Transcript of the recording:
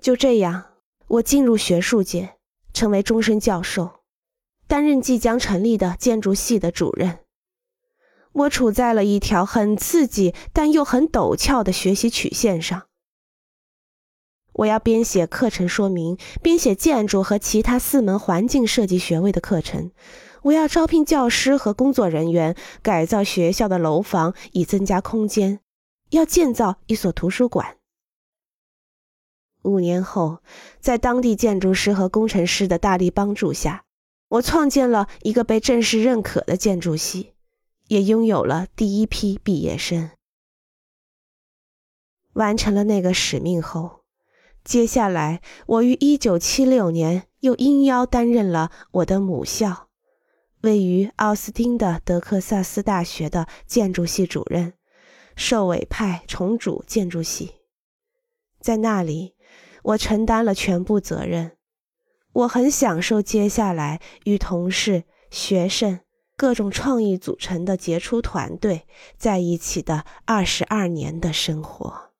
就这样，我进入学术界，成为终身教授，担任即将成立的建筑系的主任。我处在了一条很刺激但又很陡峭的学习曲线上。我要编写课程说明，编写建筑和其他4门环境设计学位的课程。我要招聘教师和工作人员，改造学校的楼房以增加空间，要建造一所图书馆。5年后，在当地建筑师和工程师的大力帮助下，我创建了一个被正式认可的建筑系，也拥有了第一批毕业生。完成了那个使命后，接下来我于1976年又应邀担任了我的母校，位于奥斯汀的德克萨斯大学的建筑系主任，受委派重组建筑系。在那里，我承担了全部责任。我很享受接下来与同事、学生、各种创意组成的杰出团队在一起的22年的生活。